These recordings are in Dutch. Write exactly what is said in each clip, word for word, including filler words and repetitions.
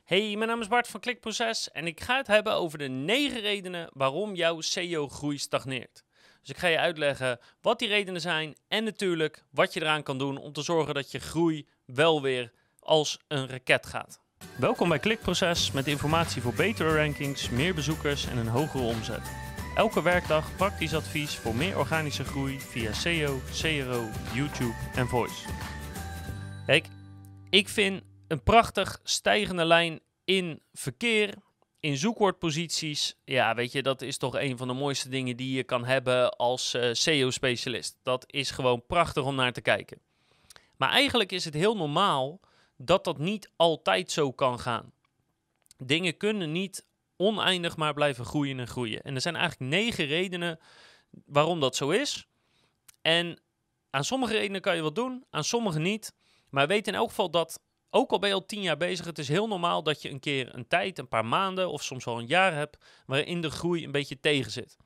Hey, mijn naam is Bart van Klikproces en ik ga het hebben over de negen redenen waarom jouw S E O-groei stagneert. Dus ik ga je uitleggen wat die redenen zijn en natuurlijk wat je eraan kan doen om te zorgen dat je groei wel weer als een raket gaat. Welkom bij Klikproces met informatie voor betere rankings, meer bezoekers en een hogere omzet. Elke werkdag praktisch advies voor meer organische groei via S E O, C R O, YouTube en Voice. Kijk, ik vind een prachtig stijgende lijn in verkeer, in zoekwoordposities. Ja, weet je, dat is toch een van de mooiste dingen die je kan hebben als uh, S E O-specialist. Dat is gewoon prachtig om naar te kijken. Maar eigenlijk is het heel normaal dat dat niet altijd zo kan gaan. Dingen kunnen niet oneindig maar blijven groeien en groeien. En er zijn eigenlijk negen redenen waarom dat zo is. En aan sommige redenen kan je wat doen, aan sommige niet. Maar weet in elk geval dat, ook al ben je al tien jaar bezig, het is heel normaal dat je een keer een tijd, een paar maanden of soms wel een jaar hebt, waarin de groei een beetje tegen zit.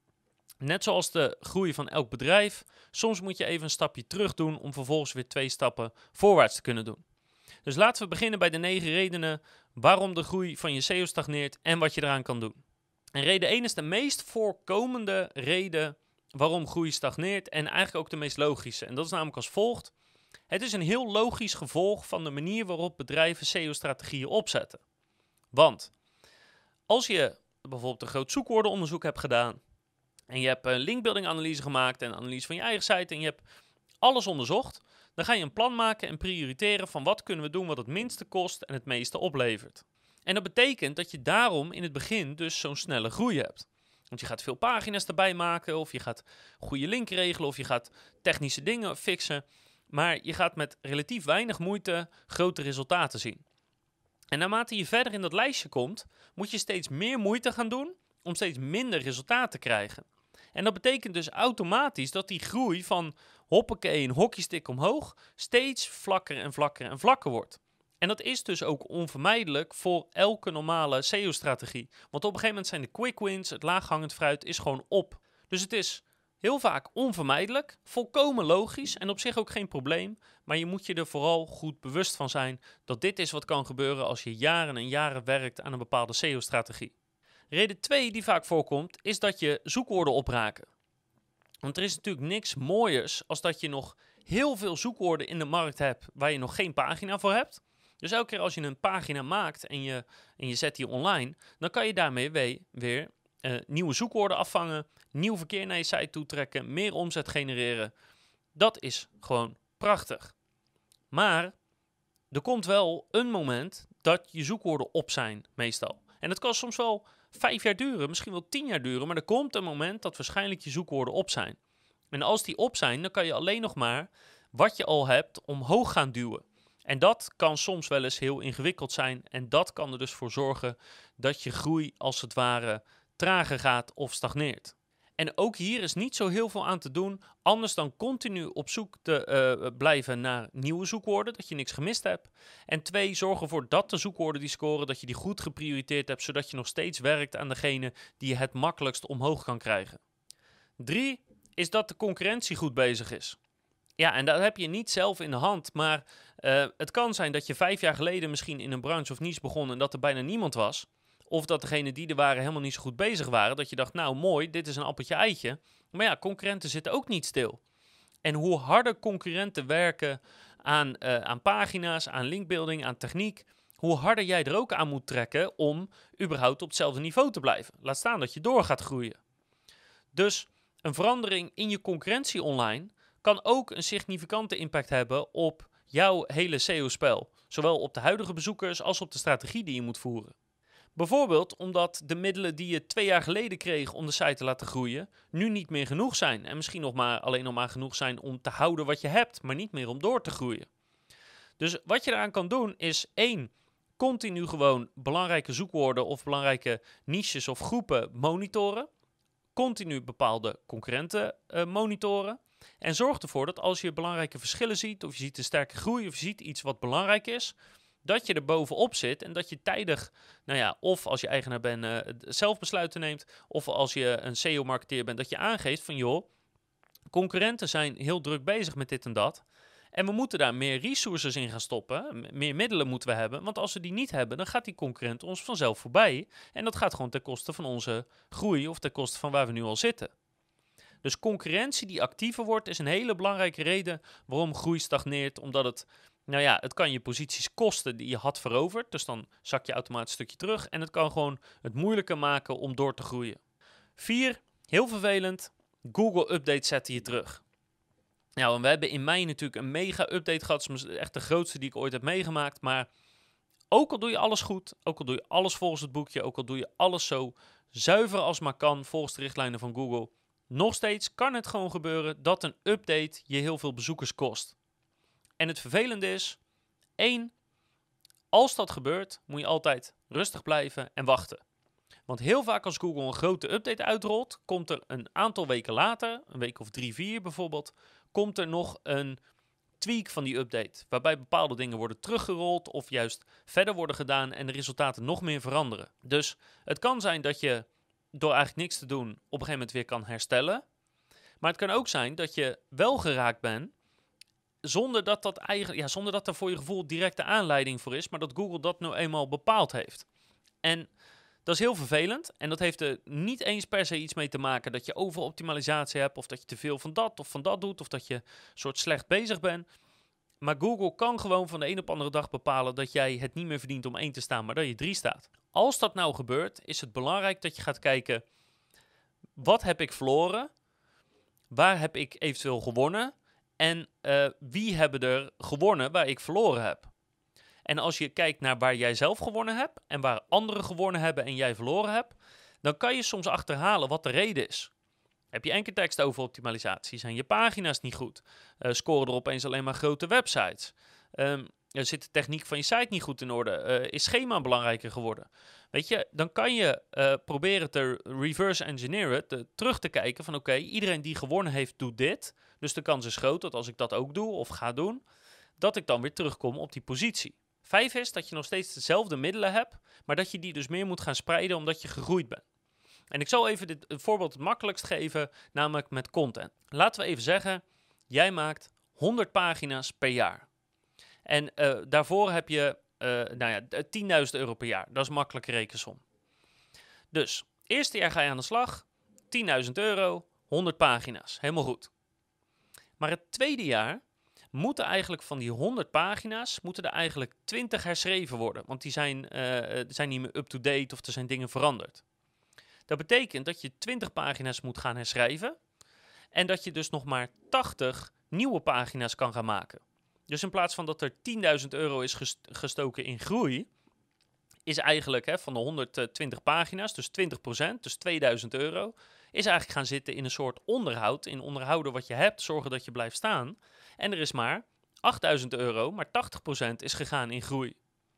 Net zoals de groei van elk bedrijf, soms moet je even een stapje terug doen om vervolgens weer twee stappen voorwaarts te kunnen doen. Dus laten we beginnen bij de negen redenen waarom de groei van je S E O stagneert en wat je eraan kan doen. En reden één is de meest voorkomende reden waarom groei stagneert en eigenlijk ook de meest logische. En dat is namelijk als volgt. Het is een heel logisch gevolg van de manier waarop bedrijven S E O-strategieën opzetten. Want als je bijvoorbeeld een groot zoekwoordenonderzoek hebt gedaan en je hebt een linkbuilding-analyse gemaakt en een analyse van je eigen site en je hebt alles onderzocht, dan ga je een plan maken en prioriteren van wat kunnen we doen wat het minste kost en het meeste oplevert. En dat betekent dat je daarom in het begin dus zo'n snelle groei hebt. Want je gaat veel pagina's erbij maken of je gaat goede link regelen of je gaat technische dingen fixen. Maar je gaat met relatief weinig moeite grote resultaten zien. En naarmate je verder in dat lijstje komt, moet je steeds meer moeite gaan doen om steeds minder resultaat te krijgen. En dat betekent dus automatisch dat die groei van hoppakee, een hockeystick omhoog, steeds vlakker en vlakker en vlakker wordt. En dat is dus ook onvermijdelijk voor elke normale S E O-strategie. Want op een gegeven moment zijn de quick wins, het laaghangend fruit, is gewoon op. Dus het is heel vaak onvermijdelijk, volkomen logisch en op zich ook geen probleem. Maar je moet je er vooral goed bewust van zijn dat dit is wat kan gebeuren als je jaren en jaren werkt aan een bepaalde S E O-strategie. Reden twee die vaak voorkomt, is dat je zoekwoorden opraken. Want er is natuurlijk niks mooiers als dat je nog heel veel zoekwoorden in de markt hebt waar je nog geen pagina voor hebt. Dus elke keer als je een pagina maakt en je, en je zet die online, dan kan je daarmee weer, weer uh, nieuwe zoekwoorden afvangen, nieuw verkeer naar je site toe trekken, meer omzet genereren. Dat is gewoon prachtig. Maar er komt wel een moment dat je zoekwoorden op zijn, meestal. En dat kan soms wel vijf jaar duren, misschien wel tien jaar duren, maar er komt een moment dat waarschijnlijk je zoekwoorden op zijn. En als die op zijn, dan kan je alleen nog maar wat je al hebt omhoog gaan duwen. En dat kan soms wel eens heel ingewikkeld zijn en dat kan er dus voor zorgen dat je groei als het ware trager gaat of stagneert. En ook hier is niet zo heel veel aan te doen, anders dan continu op zoek te uh, blijven naar nieuwe zoekwoorden, dat je niks gemist hebt. En twee, zorg ervoor dat de zoekwoorden die scoren, dat je die goed geprioriteerd hebt, zodat je nog steeds werkt aan degene die je het makkelijkst omhoog kan krijgen. Drie, is dat de concurrentie goed bezig is. Ja, en dat heb je niet zelf in de hand, maar uh, het kan zijn dat je vijf jaar geleden misschien in een branche of niche begon en dat er bijna niemand was. Of dat degenen die er waren helemaal niet zo goed bezig waren. Dat je dacht, nou mooi, dit is een appeltje eitje. Maar ja, concurrenten zitten ook niet stil. En hoe harder concurrenten werken aan, uh, aan pagina's, aan linkbuilding, aan techniek, hoe harder jij er ook aan moet trekken om überhaupt op hetzelfde niveau te blijven. Laat staan dat je door gaat groeien. Dus een verandering in je concurrentie online kan ook een significante impact hebben op jouw hele S E O-spel. Zowel op de huidige bezoekers als op de strategie die je moet voeren. Bijvoorbeeld omdat de middelen die je twee jaar geleden kreeg om de site te laten groeien, nu niet meer genoeg zijn. En misschien nog maar alleen nog maar genoeg zijn om te houden wat je hebt, maar niet meer om door te groeien. Dus wat je eraan kan doen is één, continu gewoon belangrijke zoekwoorden of belangrijke niches of groepen monitoren. Continu bepaalde concurrenten uh, monitoren. En zorg ervoor dat als je belangrijke verschillen ziet, of je ziet een sterke groei, of je ziet iets wat belangrijk is, dat je er bovenop zit en dat je tijdig, nou ja, of als je eigenaar bent, uh, zelf besluiten neemt, of als je een S E O-marketeer bent, dat je aangeeft van joh, concurrenten zijn heel druk bezig met dit en dat. En we moeten daar meer resources in gaan stoppen, meer middelen moeten we hebben. Want als we die niet hebben, dan gaat die concurrent ons vanzelf voorbij. En dat gaat gewoon ten koste van onze groei of ten koste van waar we nu al zitten. Dus concurrentie die actiever wordt is een hele belangrijke reden waarom groei stagneert. Omdat het, nou ja, het kan je posities kosten die je had veroverd. Dus dan zak je automatisch een stukje terug. En het kan gewoon het moeilijker maken om door te groeien. Vier, heel vervelend, Google Update zetten je terug. Nou, en we hebben in mei natuurlijk een mega update gehad. Dat is echt de grootste die ik ooit heb meegemaakt. Maar ook al doe je alles goed, ook al doe je alles volgens het boekje, ook al doe je alles zo zuiver als maar kan volgens de richtlijnen van Google, nog steeds kan het gewoon gebeuren dat een update je heel veel bezoekers kost. En het vervelende is, één, als dat gebeurt, moet je altijd rustig blijven en wachten. Want heel vaak als Google een grote update uitrolt, komt er een aantal weken later, een week of drie, vier bijvoorbeeld, komt er nog een tweak van die update, waarbij bepaalde dingen worden teruggerold of juist verder worden gedaan en de resultaten nog meer veranderen. Dus het kan zijn dat je door eigenlijk niks te doen op een gegeven moment weer kan herstellen. Maar het kan ook zijn dat je wel geraakt bent zonder dat, dat, eigenlijk, ja, zonder dat er voor je gevoel directe aanleiding voor is, maar dat Google dat nou eenmaal bepaald heeft. En dat is heel vervelend en dat heeft er niet eens per se iets mee te maken dat je overoptimalisatie hebt of dat je te veel van dat of van dat doet of dat je een soort slecht bezig bent. Maar Google kan gewoon van de een op de andere dag bepalen dat jij het niet meer verdient om één te staan, maar dat je drie staat. Als dat nou gebeurt, is het belangrijk dat je gaat kijken, wat heb ik verloren? Waar heb ik eventueel gewonnen? En uh, wie hebben er gewonnen waar ik verloren heb? En als je kijkt naar waar jij zelf gewonnen hebt en waar anderen gewonnen hebben en jij verloren hebt, dan kan je soms achterhalen wat de reden is. Heb je enkeltekst overoptimalisatie? Zijn je pagina's niet goed? Uh, scoren er opeens alleen maar grote websites? Um, er zit de techniek van je site niet goed in orde? Uh, is schema belangrijker geworden? Weet je, dan kan je uh, proberen te reverse engineeren, te, terug te kijken van oké, okay, iedereen die gewonnen heeft doet dit. Dus de kans is groot dat als ik dat ook doe of ga doen, dat ik dan weer terugkom op die positie. Vijf is dat je nog steeds dezelfde middelen hebt, maar dat je die dus meer moet gaan spreiden omdat je gegroeid bent. En ik zal even dit voorbeeld het makkelijkst geven, namelijk met content. Laten we even zeggen, jij maakt honderd pagina's per jaar. En uh, daarvoor heb je uh, nou ja, tienduizend euro per jaar. Dat is een makkelijke rekensom. Dus, eerste jaar ga je aan de slag, tienduizend euro, honderd pagina's. Helemaal goed. Maar het tweede jaar moeten eigenlijk van die honderd pagina's, moeten er eigenlijk twintig herschreven worden. Want die zijn, uh, zijn niet meer up-to-date of er zijn dingen veranderd. Dat betekent dat je twintig pagina's moet gaan herschrijven en dat je dus nog maar tachtig nieuwe pagina's kan gaan maken. Dus in plaats van dat er tienduizend euro is gestoken in groei, is eigenlijk hè, van de honderdtwintig pagina's, dus twintig procent, dus tweeduizend euro, is eigenlijk gaan zitten in een soort onderhoud, in onderhouden wat je hebt, zorgen dat je blijft staan. En er is maar achtduizend euro, maar tachtig procent is gegaan in groei.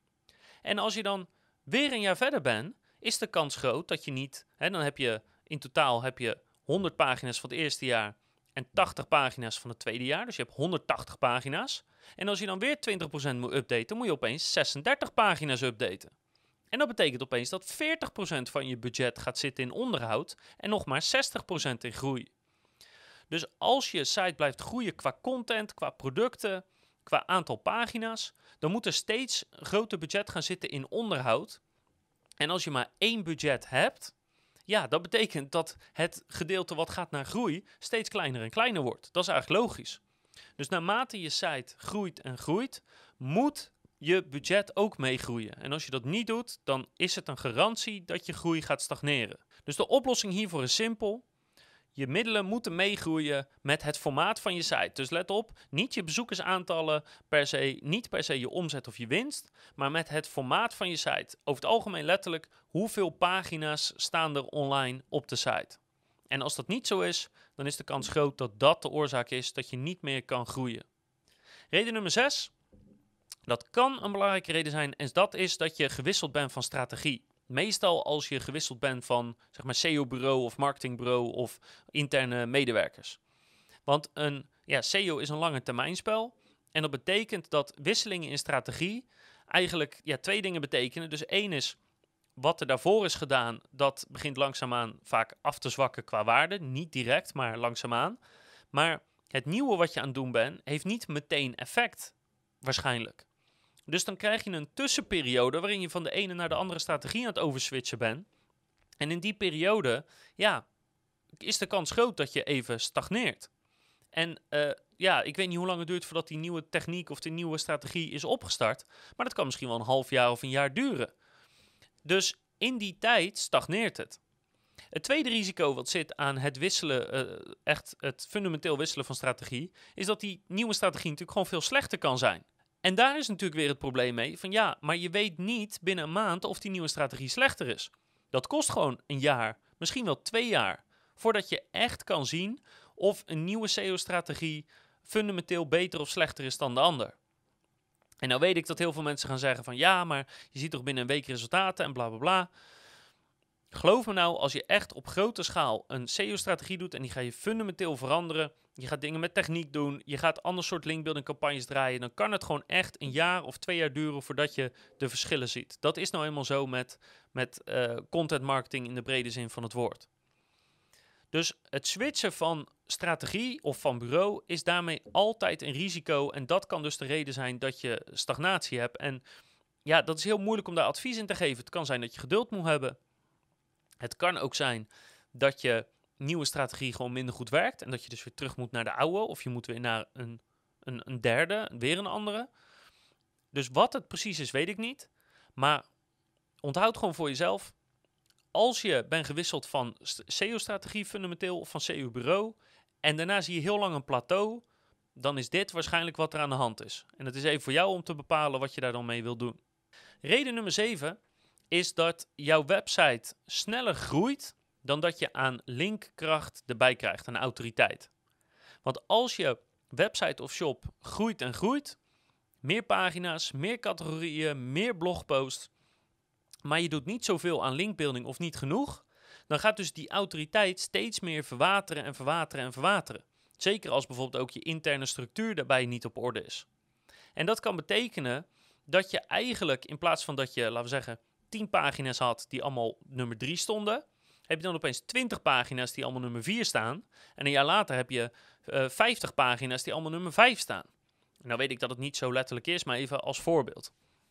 En als je dan weer een jaar verder bent, is de kans groot dat je niet, hè, dan heb je in totaal heb je honderd pagina's van het eerste jaar en tachtig pagina's van het tweede jaar. Dus je hebt honderdtachtig pagina's. En als je dan weer twintig procent moet updaten, moet je opeens zesendertig pagina's updaten. En dat betekent opeens dat veertig procent van je budget gaat zitten in onderhoud en nog maar zestig procent in groei. Dus als je site blijft groeien qua content, qua producten, qua aantal pagina's, dan moet er steeds een groter budget gaan zitten in onderhoud. En als je maar één budget hebt, ja, dat betekent dat het gedeelte wat gaat naar groei steeds kleiner en kleiner wordt. Dat is eigenlijk logisch. Dus naarmate je site groeit en groeit, moet je budget ook meegroeien. En als je dat niet doet, dan is het een garantie dat je groei gaat stagneren. Dus de oplossing hiervoor is simpel. Je middelen moeten meegroeien met het formaat van je site. Dus let op, niet je bezoekersaantallen per se, niet per se je omzet of je winst, maar met het formaat van je site. Over het algemeen letterlijk, hoeveel pagina's staan er online op de site? En als dat niet zo is, dan is de kans groot dat dat de oorzaak is dat je niet meer kan groeien. Reden nummer zes, dat kan een belangrijke reden zijn, en dat is dat je gewisseld bent van strategie. Meestal als je gewisseld bent van zeg maar S E O-bureau of marketingbureau of interne medewerkers. Want een ja, S E O is een lange termijnspel. En dat betekent dat wisselingen in strategie eigenlijk ja, twee dingen betekenen. Dus één is wat er daarvoor is gedaan, dat begint langzaamaan vaak af te zwakken qua waarde. Niet direct, maar langzaamaan. Maar het nieuwe wat je aan het doen bent, heeft niet meteen effect, waarschijnlijk. Dus dan krijg je een tussenperiode waarin je van de ene naar de andere strategie aan het overswitchen bent. En in die periode, ja, is de kans groot dat je even stagneert. En uh, ja, ik weet niet hoe lang het duurt voordat die nieuwe techniek of die nieuwe strategie is opgestart. Maar dat kan misschien wel een half jaar of een jaar duren. Dus in die tijd stagneert het. Het tweede risico wat zit aan het wisselen, uh, echt het fundamenteel wisselen van strategie, is dat die nieuwe strategie natuurlijk gewoon veel slechter kan zijn. En daar is natuurlijk weer het probleem mee van ja, maar je weet niet binnen een maand of die nieuwe strategie slechter is. Dat kost gewoon een jaar, misschien wel twee jaar, voordat je echt kan zien of een nieuwe S E O-strategie fundamenteel beter of slechter is dan de ander. En nou weet ik dat heel veel mensen gaan zeggen van ja, maar je ziet toch binnen een week resultaten en bla bla bla. Geloof me nou, als je echt op grote schaal een S E O-strategie doet en die ga je fundamenteel veranderen, je gaat dingen met techniek doen, je gaat ander soort linkbuilding campagnes draaien, dan kan het gewoon echt een jaar of twee jaar duren voordat je de verschillen ziet. Dat is nou eenmaal zo met, met uh, content marketing in de brede zin van het woord. Dus het switchen van strategie of van bureau is daarmee altijd een risico en dat kan dus de reden zijn dat je stagnatie hebt. En ja, dat is heel moeilijk om daar advies in te geven. Het kan zijn dat je geduld moet hebben. Het kan ook zijn dat je nieuwe strategie gewoon minder goed werkt en dat je dus weer terug moet naar de oude of je moet weer naar een, een, een derde, weer een andere. Dus wat het precies is, weet ik niet. Maar onthoud gewoon voor jezelf, als je bent gewisseld van S E O-strategie fundamenteel of van S E O-bureau en daarna zie je heel lang een plateau, dan is dit waarschijnlijk wat er aan de hand is. En het is even voor jou om te bepalen wat je daar dan mee wil doen. Reden nummer zeven is dat jouw website sneller groeit dan dat je aan linkkracht erbij krijgt, aan autoriteit. Want als je website of shop groeit en groeit, meer pagina's, meer categorieën, meer blogposts, maar je doet niet zoveel aan linkbuilding of niet genoeg, dan gaat dus die autoriteit steeds meer verwateren en verwateren en verwateren. Zeker als bijvoorbeeld ook je interne structuur daarbij niet op orde is. En dat kan betekenen dat je eigenlijk in plaats van dat je, laten we zeggen, tien pagina's had die allemaal nummer drie stonden, heb je dan opeens twintig pagina's die allemaal nummer vier staan. En een jaar later heb je uh, vijftig pagina's die allemaal nummer vijf staan. Nou weet ik dat het niet zo letterlijk is, maar even als voorbeeld.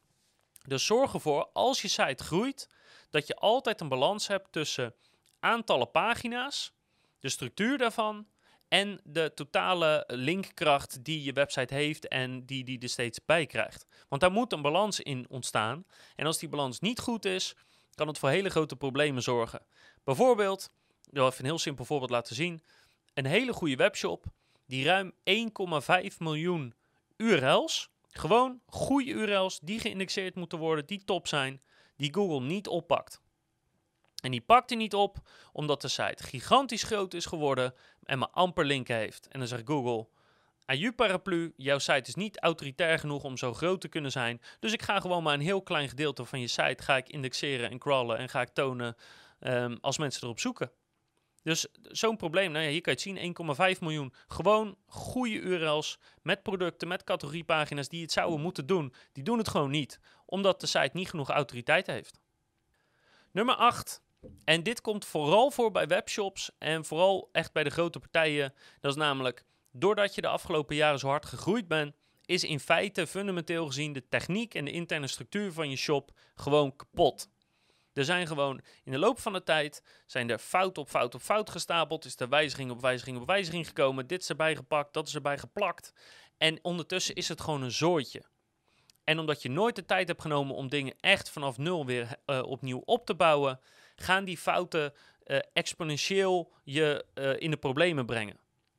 Dus zorg ervoor, als je site groeit, dat je altijd een balans hebt tussen aantallen pagina's, de structuur daarvan en de totale linkkracht die je website heeft en die die er steeds bij krijgt. Want daar moet een balans in ontstaan. En als die balans niet goed is, kan het voor hele grote problemen zorgen. Bijvoorbeeld, ik wil even een heel simpel voorbeeld laten zien. Een hele goede webshop die ruim één komma vijf miljoen U R L's, gewoon goede U R L's die geïndexeerd moeten worden, die top zijn, die Google niet oppakt. En die pakt hij niet op omdat de site gigantisch groot is geworden en maar amper linken heeft. En dan zegt Google, aju paraplu, jouw site is niet autoritair genoeg om zo groot te kunnen zijn. Dus ik ga gewoon maar een heel klein gedeelte van je site ga ik indexeren en crawlen en ga ik tonen um, als mensen erop zoeken. Dus zo'n probleem, nou ja, hier kan je het zien, één komma vijf miljoen. Gewoon goede U R L's met producten, met categoriepagina's die het zouden moeten doen. Die doen het gewoon niet, omdat de site niet genoeg autoriteit heeft. Nummer acht. En dit komt vooral voor bij webshops en vooral echt bij de grote partijen. Dat is namelijk, doordat je de afgelopen jaren zo hard gegroeid bent, is in feite fundamenteel gezien de techniek en de interne structuur van je shop gewoon kapot. Er zijn gewoon in de loop van de tijd zijn er fout op fout op fout gestapeld. Is er wijziging op wijziging op wijziging gekomen. Dit is erbij gepakt, dat is erbij geplakt. En ondertussen is het gewoon een zooitje. En omdat je nooit de tijd hebt genomen om dingen echt vanaf nul weer uh, opnieuw op te bouwen, gaan die fouten uh, exponentieel je uh, in de problemen brengen.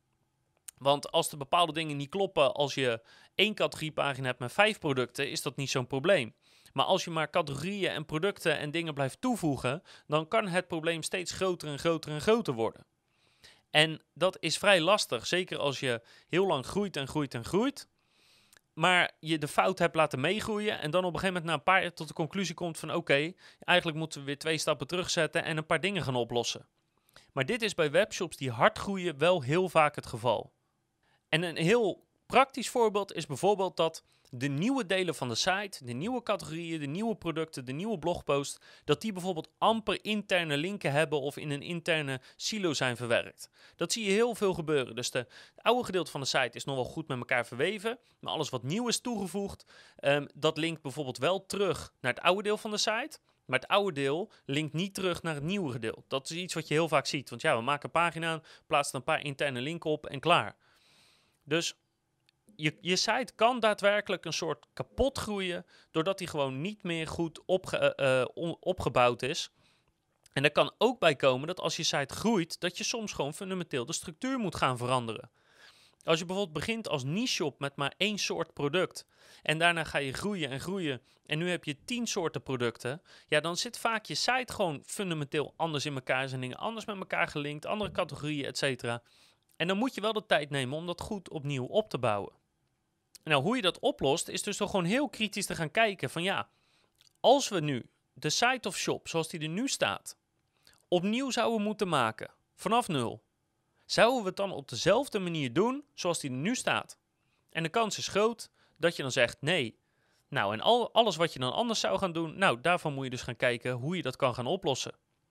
Want als er bepaalde dingen niet kloppen, als je één categoriepagina hebt met vijf producten, is dat niet zo'n probleem. Maar als je maar categorieën en producten en dingen blijft toevoegen, dan kan het probleem steeds groter en groter en groter worden. En dat is vrij lastig, zeker als je heel lang groeit en groeit en groeit, maar je de fout hebt laten meegroeien en dan op een gegeven moment na een paar jaar tot de conclusie komt van oké, okay, eigenlijk moeten we weer twee stappen terugzetten en een paar dingen gaan oplossen. Maar dit is bij webshops die hard groeien wel heel vaak het geval. En een heel praktisch voorbeeld is bijvoorbeeld dat de nieuwe delen van de site, de nieuwe categorieën, de nieuwe producten, de nieuwe blogpost, dat die bijvoorbeeld amper interne linken hebben of in een interne silo zijn verwerkt. Dat zie je heel veel gebeuren. Dus de, het oude gedeelte van de site is nog wel goed met elkaar verweven, maar alles wat nieuw is toegevoegd, um, dat linkt bijvoorbeeld wel terug naar het oude deel van de site. Maar het oude deel linkt niet terug naar het nieuwe gedeelte. Dat is iets wat je heel vaak ziet. Want ja, we maken een pagina, plaatsen een paar interne linken op en klaar. Dus je, je site kan daadwerkelijk een soort kapot groeien, doordat die gewoon niet meer goed opge, uh, on, opgebouwd is. En er kan ook bij komen dat als je site groeit, dat je soms gewoon fundamenteel de structuur moet gaan veranderen. Als je bijvoorbeeld begint als niche-shop met maar één soort product en daarna ga je groeien en groeien en nu heb je tien soorten producten, ja, dan zit vaak je site gewoon fundamenteel anders in elkaar, zijn dingen anders met elkaar gelinkt, andere categorieën, et cetera. En dan moet je wel de tijd nemen om dat goed opnieuw op te bouwen. Nou, hoe je dat oplost is dus toch gewoon heel kritisch te gaan kijken van ja, als we nu de site of shop zoals die er nu staat opnieuw zouden moeten maken, vanaf nul, zouden we het dan op dezelfde manier doen zoals die er nu staat? En de kans is groot dat je dan zegt nee. Nou, en al, alles wat je dan anders zou gaan doen, nou, daarvan moet je dus gaan kijken hoe je dat kan gaan oplossen.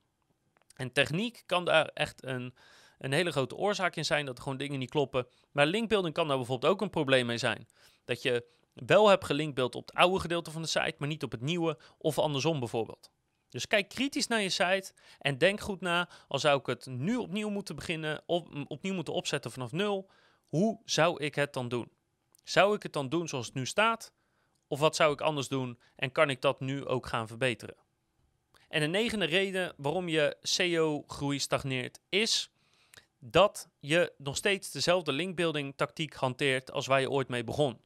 En techniek kan daar echt een, een hele grote oorzaak in zijn, dat er gewoon dingen niet kloppen. Maar linkbuilding kan daar bijvoorbeeld ook een probleem mee zijn. Dat je wel hebt gelinkbuild op het oude gedeelte van de site, maar niet op het nieuwe, of andersom bijvoorbeeld. Dus kijk kritisch naar je site en denk goed na, al zou ik het nu opnieuw moeten beginnen, op, opnieuw moeten opzetten vanaf nul, hoe zou ik het dan doen? Zou ik het dan doen zoals het nu staat? Of wat zou ik anders doen en kan ik dat nu ook gaan verbeteren? En de negende reden waarom je S E O-groei stagneert is dat je nog steeds dezelfde linkbuilding tactiek hanteert als waar je ooit mee begon.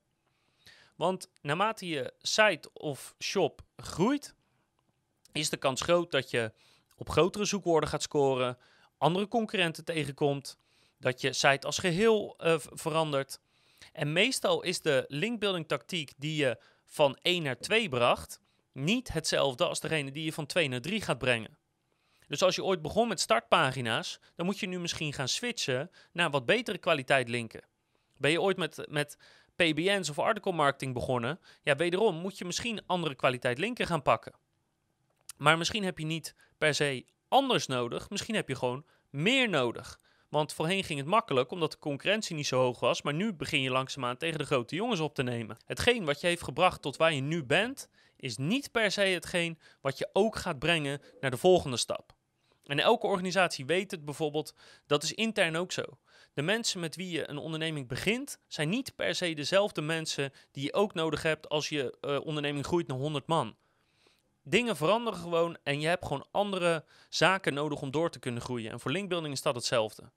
Want naarmate je site of shop groeit, is de kans groot dat je op grotere zoekwoorden gaat scoren, andere concurrenten tegenkomt, dat je site als geheel uh, verandert. En meestal is de linkbuilding tactiek die je van één naar twee bracht, niet hetzelfde als degene die je van twee naar drie gaat brengen. Dus als je ooit begon met startpagina's, dan moet je nu misschien gaan switchen naar wat betere kwaliteit linken. Ben je ooit met, met P B N's of article marketing begonnen, ja, wederom moet je misschien andere kwaliteit linken gaan pakken. Maar misschien heb je niet per se anders nodig, misschien heb je gewoon meer nodig. Want voorheen ging het makkelijk, omdat de concurrentie niet zo hoog was, maar nu begin je langzaamaan tegen de grote jongens op te nemen. Hetgeen wat je heeft gebracht tot waar je nu bent, is niet per se hetgeen wat je ook gaat brengen naar de volgende stap. En elke organisatie weet het bijvoorbeeld, dat is intern ook zo. De mensen met wie je een onderneming begint, zijn niet per se dezelfde mensen die je ook nodig hebt als je uh, onderneming groeit naar honderd man. Dingen veranderen gewoon en je hebt gewoon andere zaken nodig om door te kunnen groeien. En voor linkbuilding is dat hetzelfde.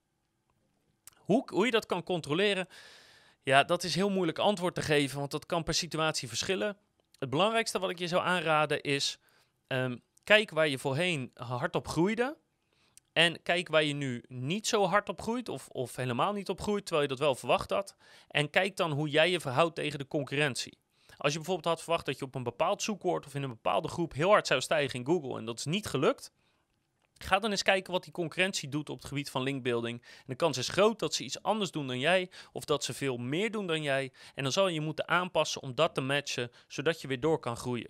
Hoe, hoe je dat kan controleren, ja, dat is heel moeilijk antwoord te geven, want dat kan per situatie verschillen. Het belangrijkste wat ik je zou aanraden is, um, kijk waar je voorheen hard op groeide. En kijk waar je nu niet zo hard op groeit of, of helemaal niet op groeit, terwijl je dat wel verwacht had. En kijk dan hoe jij je verhoudt tegen de concurrentie. Als je bijvoorbeeld had verwacht dat je op een bepaald zoekwoord of in een bepaalde groep heel hard zou stijgen in Google en dat is niet gelukt, ga dan eens kijken wat die concurrentie doet op het gebied van linkbuilding. En de kans is groot dat ze iets anders doen dan jij of dat ze veel meer doen dan jij. En dan zal je je moeten aanpassen om dat te matchen, zodat je weer door kan groeien.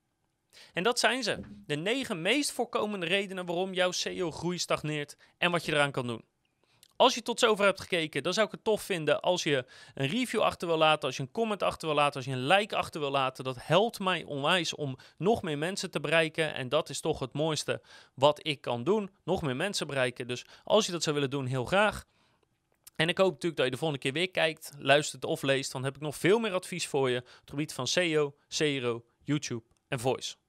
En dat zijn ze, de negen meest voorkomende redenen waarom jouw S E O-groei stagneert en wat je eraan kan doen. Als je tot zover hebt gekeken, dan zou ik het tof vinden als je een review achter wil laten, als je een comment achter wil laten, als je een like achter wil laten. Dat helpt mij onwijs om nog meer mensen te bereiken en dat is toch het mooiste wat ik kan doen, nog meer mensen bereiken. Dus als je dat zou willen doen, heel graag. En ik hoop natuurlijk dat je de volgende keer weer kijkt, luistert of leest, dan heb ik nog veel meer advies voor je op het gebied van S E O, S E O, YouTube en Voice.